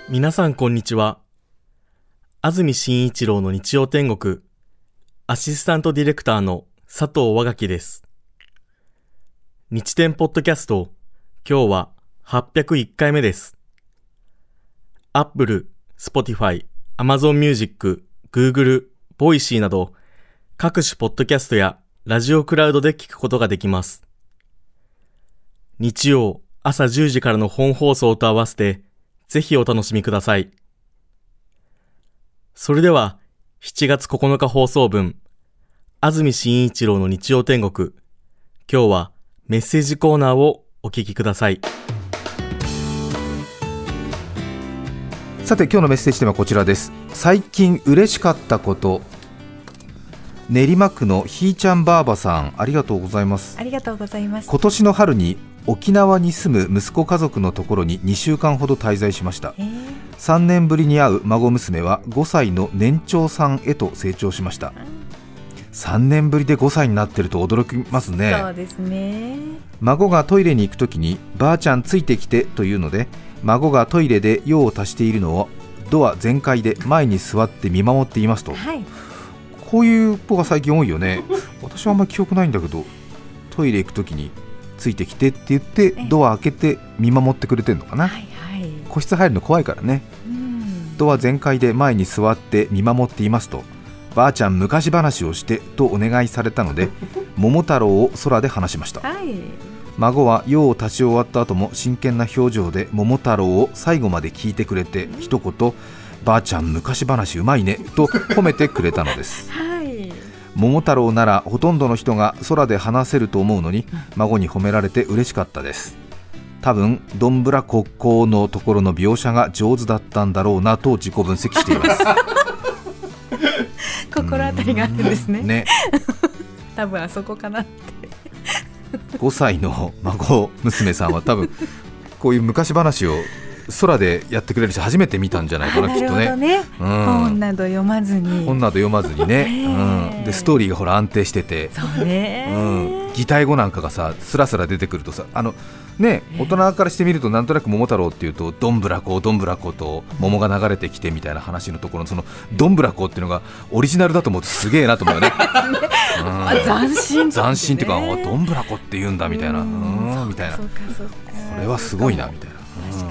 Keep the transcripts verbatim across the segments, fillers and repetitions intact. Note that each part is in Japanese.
皆さんこんにちは。安住紳一郎の日曜天国、アシスタントディレクターの佐藤和垣です。日天ポッドキャスト、今日ははっぴゃくいっかいめです。Apple、Spotify、Amazon Music、Google、Voicy など各種ポッドキャストやラジオクラウドで聞くことができます。日曜朝じゅうじからの本放送と合わせてぜひお楽しみください。それではしちがつここのか放送分、安住紳一郎の日曜天国、今日はメッセージコーナーをお聞きください。 さて今日のメッセージテーマはこちらです。最近嬉しかったこと。練馬区のひーちゃんばあばさん、ありがとうございます。 ありがとうございます。 今年の春に沖縄に住む息子家族のところににしゅうかんほど滞在しました。さんねんぶりに会う孫娘はごさいの年長さんへと成長しました。さんねんぶりでごさいになってると驚きますね。 そうですね。 孫がトイレに行くときにばあちゃんついてきてというので、孫がトイレで用を足しているのをドア全開で前に座って見守っていますと、はい、こういう子が最近多いよね。私はあんまり記憶ないんだけど、トイレ行くときについてきてって言ってドア開けて見守ってくれてるのかな、はいはい、個室入るの怖いからね。うん、ドア全開で前に座って見守っていますと、ばあちゃん昔話をしてとお願いされたので桃太郎を空で話しました、はい、孫は用を足し終わった後も真剣な表情で桃太郎を最後まで聞いてくれて、一言ばあちゃん昔話うまいねと褒めてくれたのです、はい、桃太郎ならほとんどの人が空で話せると思うのに、孫に褒められて嬉しかったです。多分どんぶら国交のところの描写が上手だったんだろうなと自己分析しています心当たりがあるんですね。 ね多分あそこかなってごさいの孫娘さんは多分こういう昔話を空でやってくれる人初めて見たんじゃないかな、きっと ね, なるほどね、うん、本など読まずに本など読まずにね、うん、でストーリーがほら安定してて、 そうね、 うん、擬態語なんかがさスラスラ出てくるとさ、あのね、大人からしてみるとなんとなく桃太郎っていうとどんぶらこどんぶらこと桃が流れてきてみたいな話のところのそのどんぶらこっていうのがオリジナルだと思うとすげえなと思うよね、 うん、斬新、ね、 斬新っていうかどんぶらこって言うんだみたいな、うん、みたいな、これはすごいなみたいな、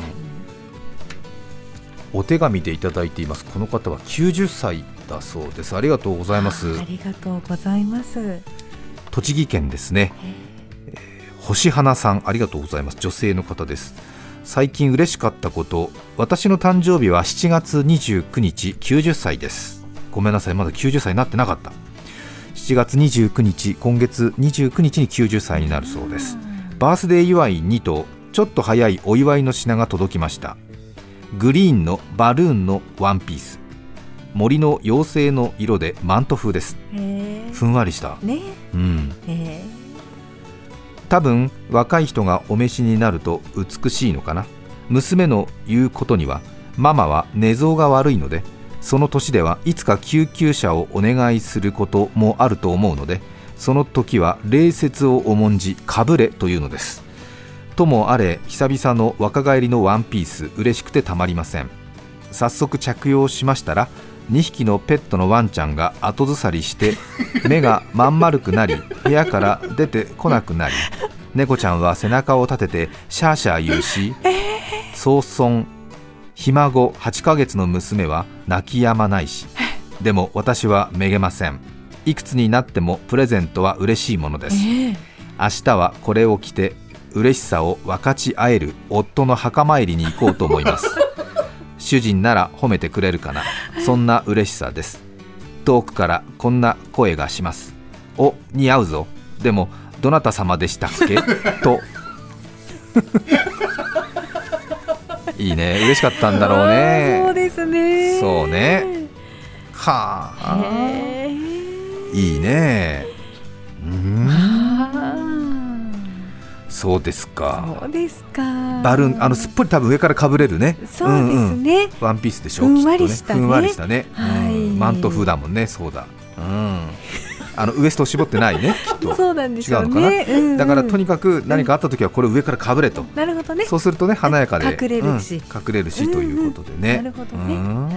うん、お手紙でいただいています。この方はきゅうじゅっさいだそうです。ありがとうございます。 ありがとうございます。 栃木県ですね。星花さん、ありがとうございます。女性の方です。最近嬉しかったこと。私の誕生日はしちがつにじゅうくにち、きゅうじゅっさいです。ごめんなさい、まだきゅうじゅっさいになってなかった。しちがつにじゅうくにち、今月にじゅうくにちにきゅうじゅっさいになるそうです。バースデー祝いにとちょっと早いお祝いの品が届きました。グリーンのバルーンのワンピース、森の妖精の色でマント風です。ふんわりした、ね、うん、多分若い人がお召しになると美しいのかな。娘の言うことにはママは寝相が悪いので、その年ではいつか救急車をお願いすることもあると思うので、その時は礼節を重んじかぶれというのです。ともあれ久々の若返りのワンピース、嬉しくてたまりません。早速着用しましたらにひきのペットのワンちゃんが後ずさりして目がまん丸くなり部屋から出てこなくなり、猫ちゃんは背中を立ててシャーシャー言うし、早々ひ孫はちかげつの娘は泣き止まないし、でも私はめげません。いくつになってもプレゼントは嬉しいものです。明日はこれを着て嬉しさを分かち合える夫の墓参りに行こうと思います主人なら褒めてくれるかな、そんな嬉しさです。遠くからこんな声がします。お、似合うぞ。でもどなた様でしたっけといいね、嬉しかったんだろうね。 そうですね。 そうね。はあ、いいね。うん、そうですか。 そうですか。 バルーン、あのすっぽり多分上からかぶれるね。 そうですね、 うんうん、ワンピースでしょ。 ふんわりしたね。 ふんわりしたね、 はい、 うん、マント風だもんね。そうだ、うん、 あのウエストを絞ってないねきっとそうなんでしょう違うのかな、 ね、うんうん、 だからとにかく何かあった時はこれ上からかぶれと、 なるほどね、 そうするとね華やかで隠れるし、 うん、隠れるしということでね、 なるほどね、はい、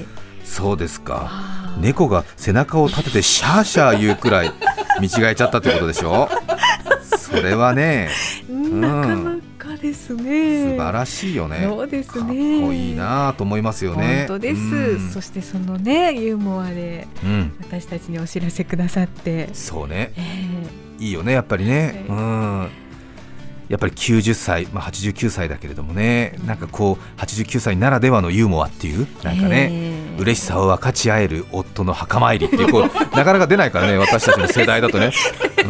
そうですか。猫が背中を立ててシャーシャー言うくらい見違えちゃったってことでしょそれはね、 うん、なかなかですね、 素晴らしいよね。 そうですね、 かっこいいなと思いますよね。 本当です、うん、そしてそのねユーモアで私たちにお知らせくださって、 うん、そうね、 えー、 いいよねやっぱりね、えー、うんやっぱりきゅうじゅっさい、まあ、はちじゅうきゅうさいだけれどもね、なんかこうはちじゅうきゅうさいならではのユーモアっていうなんかね、えー、嬉しさを分かち合える夫の墓参りっていう、こうなかなか出ないからね私たちの世代だとね、うん、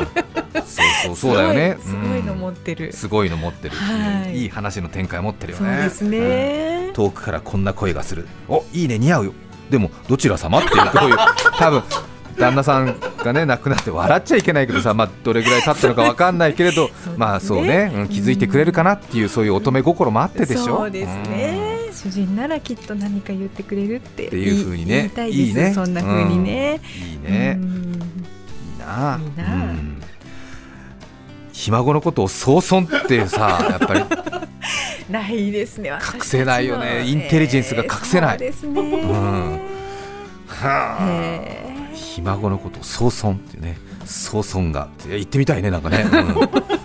そうそうそうだよね、 すごい、すごいの持ってる、 すごいの持ってる、はい、いい話の展開持ってるよね。 そうですね、 うん、遠くからこんな声がする、おいいね似合うよ、でもどちら様っていうこういう多分旦那さんがね亡くなって笑っちゃいけないけどさ、まあ、どれぐらい経ったのか分かんないけれどね、まあそうね、うん、気づいてくれるかなっていう、そういう乙女心もあってでしょ。 そうですね、うん、主人ならきっと何か言ってくれるってっていう風にね、 言いたいです。いいね、そんな風にね、 うん、いいね、うん、いいな、いいな、うん、ひ孫のことを早々ってさやっぱりないですね、 隠せないよね、インテリジェンスが隠せない、 そうですね、うん、 はあ、ひ孫のことを早々ってね、早々が言ってみたいね、なんかね、うんうん、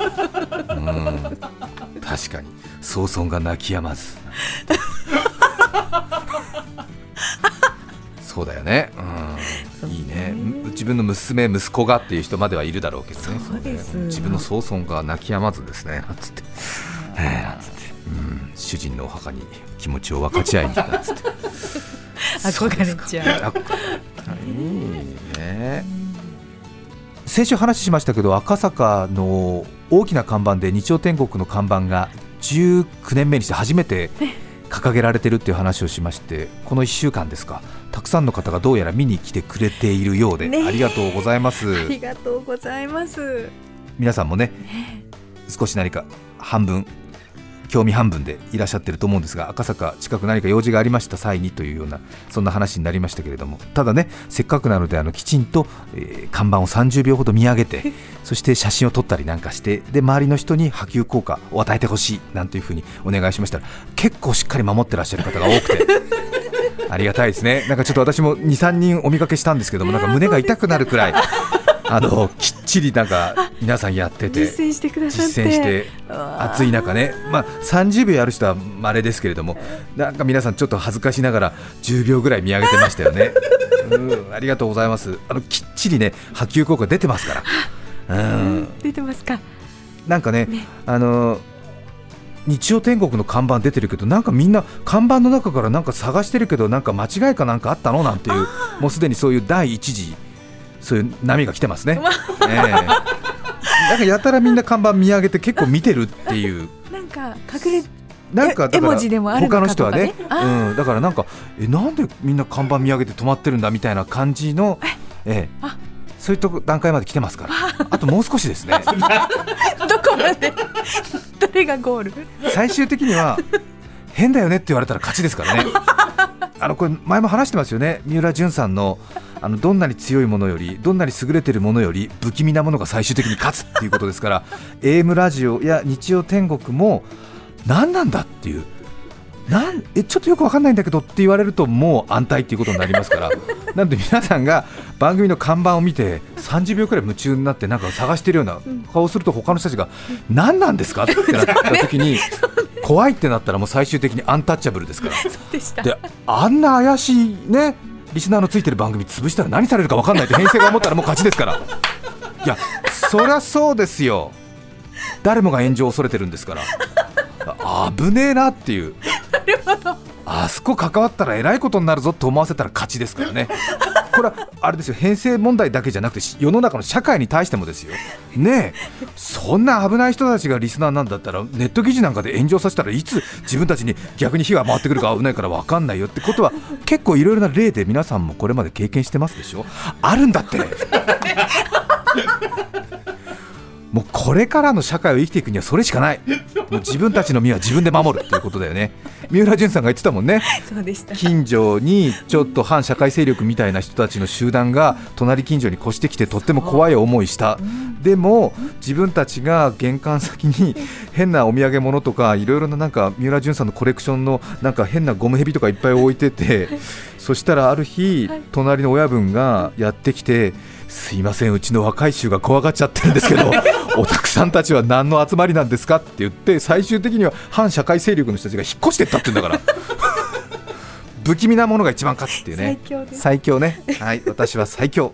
確かに早々が泣き止まずそうだよね、うん、いいね、自分の娘息子がっていう人まではいるだろうけどね、 そうです、 ね、自分の早々が泣き止まずですねなんつって、えー、なんつって、うん、主人のお墓に気持ちを分かち合いになんつって憧れちゃう、 いいね。先週話しましたけど、赤坂の大きな看板で日曜天国の看板がじゅうきゅうねんめにして初めて掲げられてるっていう話をしまして、このいっしゅうかんですか、たくさんの方がどうやら見に来てくれているようで、ね、ありがとうございます。 ありがとうございます。 皆さんも ね, ね少し何か半分興味半分でいらっしゃってると思うんですが、赤坂近く何か用事がありました際にというようなそんな話になりましたけれども、ただねせっかくなのであのきちんと、えー、看板をさんじゅうびょうほど見上げてそして写真を撮ったりなんかして、で周りの人に波及効果を与えてほしいなんていうふうにお願いしましたら、結構しっかり守ってらっしゃる方が多くてありがたいですね。なんかちょっと私も にさんにんお見かけしたんですけども、なんか胸が痛くなるくらいあのきっちりなんか皆さんやってて、 実践してくださって、 実践して暑い中ね、まあ、さんじゅうびょうやる人は稀ですけれども、なんか皆さんちょっと恥ずかしながらじゅうびょうぐらい見上げてましたよねうん、ありがとうございます。あのきっちりね波及効果出てますから、うん、 出てますか。 なんか ね, ねあの日曜天国の看板出てるけど、なんかみんな看板の中からなんか探してるけど、なんか間違いかなんかあったのなんていう、もうすでにそういう第一次そういう波が来てますね、えー、なんかやたらみんな看板見上げて結構見てるっていうなんか隠れなんかだから絵文字でもあるのかとかね、 他の人はね、うん、だからなんかえなんでみんな看板見上げて止まってるんだみたいな感じの、えー、そういった段階まで来てますから、あともう少しですねどこまでどれがゴール。 最終的には変だよねって言われたら勝ちですからねあのこれ前も話してますよね、三浦淳さんのあのどんなに強いものよりどんなに優れているものより不気味なものが最終的に勝つっていうことですからエーエム ラジオや日曜天国も何なんだっていう、なんえちょっとよく分かんないんだけどって言われるともう安泰っていうことになりますからなので皆さんが番組の看板を見てさんじゅうびょうくらい夢中になってなんか探してるような顔をすると、他の人たちが何なんですかってなった時に怖いってなったらもう最終的にアンタッチャブルですから。 そうでした。 であんな怪しいねリスナーのついてる番組潰したら何されるか分かんないって編成が思ったらもう勝ちですからいやそりゃそうですよ、誰もが炎上を恐れてるんですから危ねえなっていう、 なるほど、 あそこ関わったらえらいことになるぞと思わせたら勝ちですからねこれはあれですよ、編成問題だけじゃなくて世の中の社会に対してもですよね。えそんな危ない人たちがリスナーなんだったらネット記事なんかで炎上させたらいつ自分たちに逆に火が回ってくるか危ないから分かんないよってことは結構いろいろな例で皆さんもこれまで経験してますでしょ。あるんだってもうこれからの社会を生きていくにはそれしかない、もう自分たちの身は自分で守るということだよね。 三浦淳さんが言ってたもんね。 そうでした。 近所にちょっと反社会勢力みたいな人たちの集団が隣近所に越してきてとっても怖い思いした。でも自分たちが玄関先に変なお土産物とかいろいろななんか三浦淳さんのコレクションのなんか変なゴムヘビとかいっぱい置いてて、そしたらある日隣の親分がやってきて、すいませんうちの若い衆が怖がっちゃってるんですけどおたくさんたちは何の集まりなんですかって言って、最終的には反社会勢力の人たちが引っ越してったって言うんだから不気味なものが一番勝つっていうね。 最強です。 最強ね。はい、私は最強。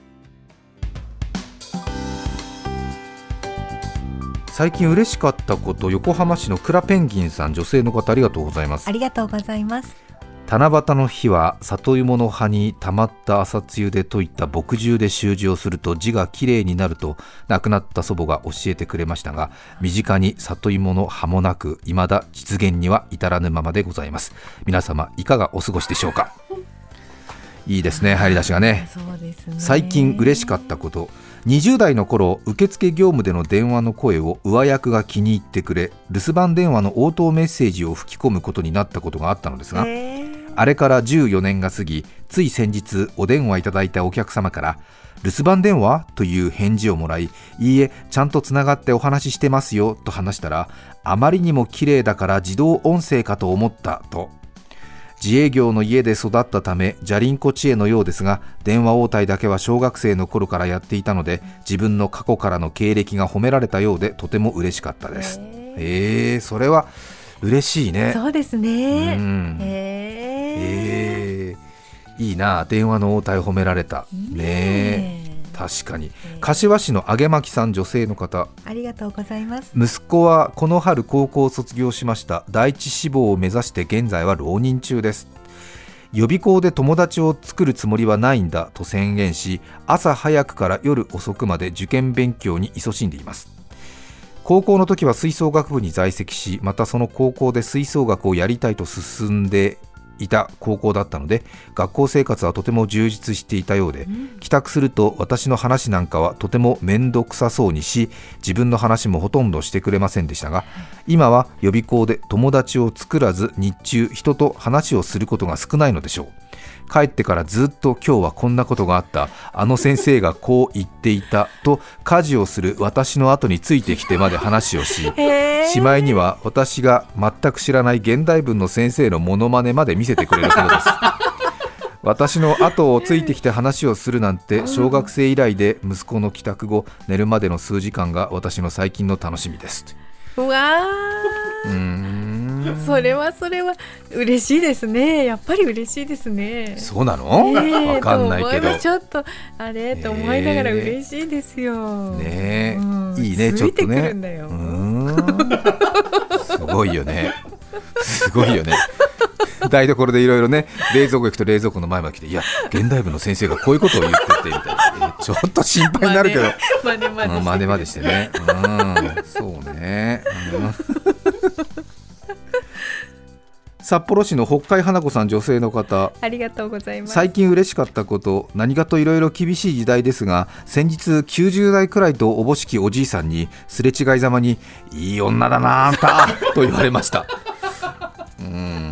最近嬉しかったこと、横浜市のクラペンギンさん、女性の方、ありがとうございます。 ありがとうございます。 七夕の日は里芋の葉にたまった朝露で溶いた墨汁で習字をすると字がきれいになると亡くなった祖母が教えてくれましたが、身近に里芋の葉もなく未だ実現には至らぬままでございます。皆様いかがお過ごしでしょうか。いいですね、入り出しがね。 そうですね。 最近嬉しかったこと、にじゅう代の頃受付業務での電話の声を上役が気に入ってくれ、留守番電話の応答メッセージを吹き込むことになったことがあったのですが、あれからじゅうよねんが過ぎ、つい先日お電話いただいたお客様から留守番電話という返事をもらい、いいえちゃんとつながってお話ししてますよと話したら、あまりにも綺麗だから自動音声かと思ったと。自営業の家で育ったためじゃりんこ知恵のようですが、電話応対だけは小学生の頃からやっていたので、自分の過去からの経歴が褒められたようでとても嬉しかったです。えー、それは嬉しいね。 そうですね。 うん、えー、いいな、電話の応対褒められたね。確かに。柏市のあげまきさん、女性の方、 ありがとうございます。 息子はこの春高校を卒業しました。第一志望を目指して現在は浪人中です。予備校で友達を作るつもりはないんだと宣言し、朝早くから夜遅くまで受験勉強に勤しんでいます。高校の時は吹奏楽部に在籍し、またその高校で吹奏楽をやりたいと進んでいた高校だったので、学校生活はとても充実していたようで、うん、帰宅すると私の話なんかはとても面倒くさそうにし、自分の話もほとんどしてくれませんでしたが、今は予備校で友達を作らず、日中人と話をすることが少ないのでしょう。帰ってからずっと今日はこんなことがあった、あの先生がこう言っていたと家事をする私の後についてきてまで話をし、しまいには私が全く知らない現代文の先生のモノマネまで見せてくれるほどです。私の後をついてきて話をするなんて小学生以来で、息子の帰宅後寝るまでの数時間が私の最近の楽しみです。 うわー、うーん、それはそれは嬉しいですね。やっぱり嬉しいですね。 そうなの？わ、えー、かんないけど、 ちょっとあれと思いながら嬉しいですよ。 ねえ、うん、いいね、ちょっとね。ついてくるんだよ。うーん、すごいよね。すごいよね。台所でいろいろね、冷蔵庫行くと冷蔵庫の前まで来て、いや現代文の先生がこういうことを言っててみたいな、えー、ちょっと心配になるけど、 真似まで、 うん、真似までしてね、うん、そうね、うん、札幌市の北海花子さん、女性の方、 ありがとうございます。 最近嬉しかったこと、何かといろいろ厳しい時代ですが、先日きゅうじゅう代くらいとおぼしきおじいさんにすれ違いざまに、いい女だなあんたと言われました。うん、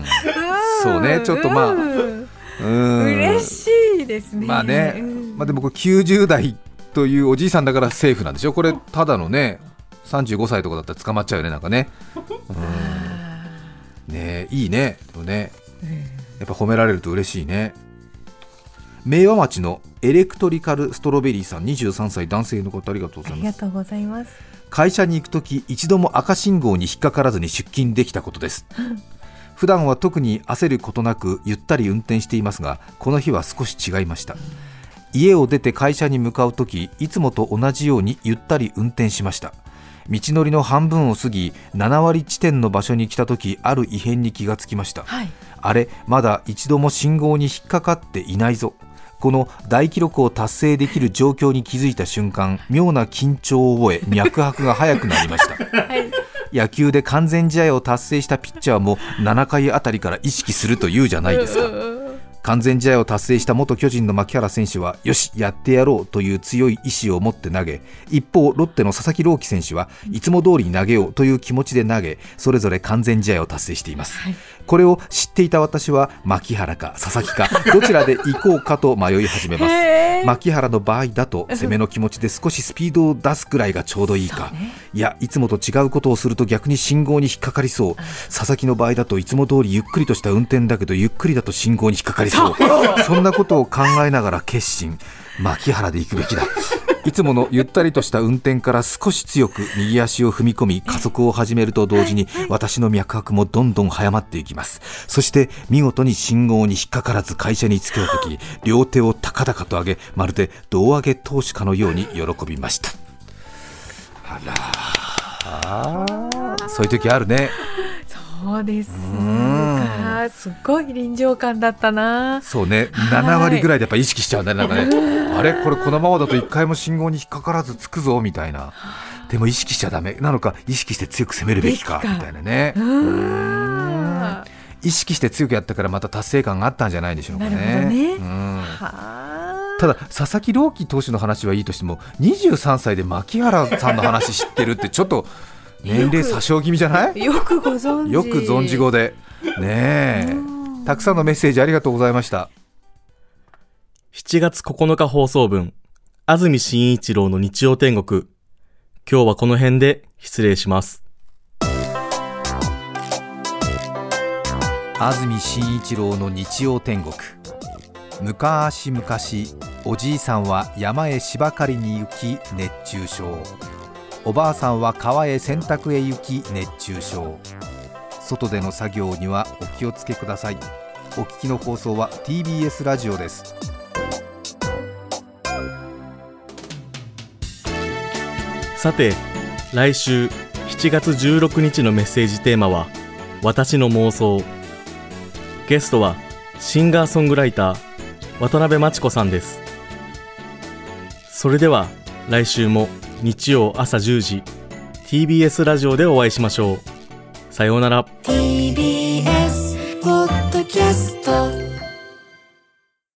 そうね、ちょっとまあ、うん、 嬉しいですね。 まあね、うん、まあ、でもこれきゅうじゅう代というおじいさんだからセーフなんでしょ。これただのねさんじゅうごさいとかだったら捕まっちゃうよね、なんかね。うん、ね、いいね。でもね、やっぱ褒められると嬉しいね。明和町のエレクトリカルストロベリーさん、にじゅうさんさい男性の方、ありがとうございます。 ありがとうございます。 会社に行くとき一度も赤信号に引っかからずに出勤できたことです。普段は特に焦ることなくゆったり運転していますが、この日は少し違いました。家を出て会社に向かうとき、いつもと同じようにゆったり運転しました。道のりの半分を過ぎなな割地点の場所に来たとき、ある異変に気がつきました、はい、あれ、まだ一度も信号に引っかかっていないぞ。この大記録を達成できる状況に気づいた瞬間、妙な緊張を覚え脈拍が速くなりました、はい、野球で完全試合を達成したピッチャーもななかいあたりから意識するというじゃないですか。完全試合を達成した元巨人の牧原選手は、よしやってやろうという強い意志を持って投げ、一方ロッテの佐々木朗希選手はいつも通りに投げようという気持ちで投げ、それぞれ完全試合を達成しています、はい、 これを知っていた私は牧原か佐々木かどちらで行こうかと迷い始めます牧原の場合だと攻めの気持ちで少しスピードを出すくらいがちょうどいいか、ね、いやいつもと違うことをすると逆に信号に引っかかりそう、佐々木の場合だといつも通りゆっくりとした運転だけどゆっくりだと信号に引っかかりそうそんなことを考えながら決心、牧原で行くべきだ。いつものゆったりとした運転から少し強く右足を踏み込み加速を始めると同時に私の脈拍もどんどん速まっていきます。そして見事に信号に引っかからず会社に着けたとき、両手を高々と上げまるで胴上げ投手かのように喜びました。あらあ、そういう時あるね。 そうですか、すっごい臨場感だったな。 そうね、ななわりぐらいでやっぱ意識しちゃうんだよね、なんかねあれこれこのままだと一回も信号に引っかからずつくぞみたいな。でも意識しちゃダメなのか、意識して強く攻めるべきかみたいなね。うーん、意識して強くやったからまた達成感があったんじゃないでしょうかね。 なるほどね。 うん、はただ佐々木朗希投手の話はいいとしてもにじゅうさんさいで牧原さんの話知ってるってちょっと年齢詐称気味じゃない？ よくご存知。 よく存じ語でねえ。たくさんのメッセージありがとうございました。 しちがつここのか放送分、安住紳一郎の日曜天国。今日はこの辺で失礼します。 安住紳一郎の日曜天国。昔々おじいさんは山へ芝刈りに行き熱中症、おばあさんは川へ洗濯へ行き熱中症。外での作業にはお気をつけください。お聞きの放送は ティービーエス ラジオです。 さて、来週しちがつじゅうろくにちのメッセージテーマは私の妄想。ゲストはシンガーソングライター渡辺真知子さんです。それでは来週も日曜朝じゅうじ ティービーエス ラジオでお会いしましょう。さようなら。 ティービーエス ポッドキャスト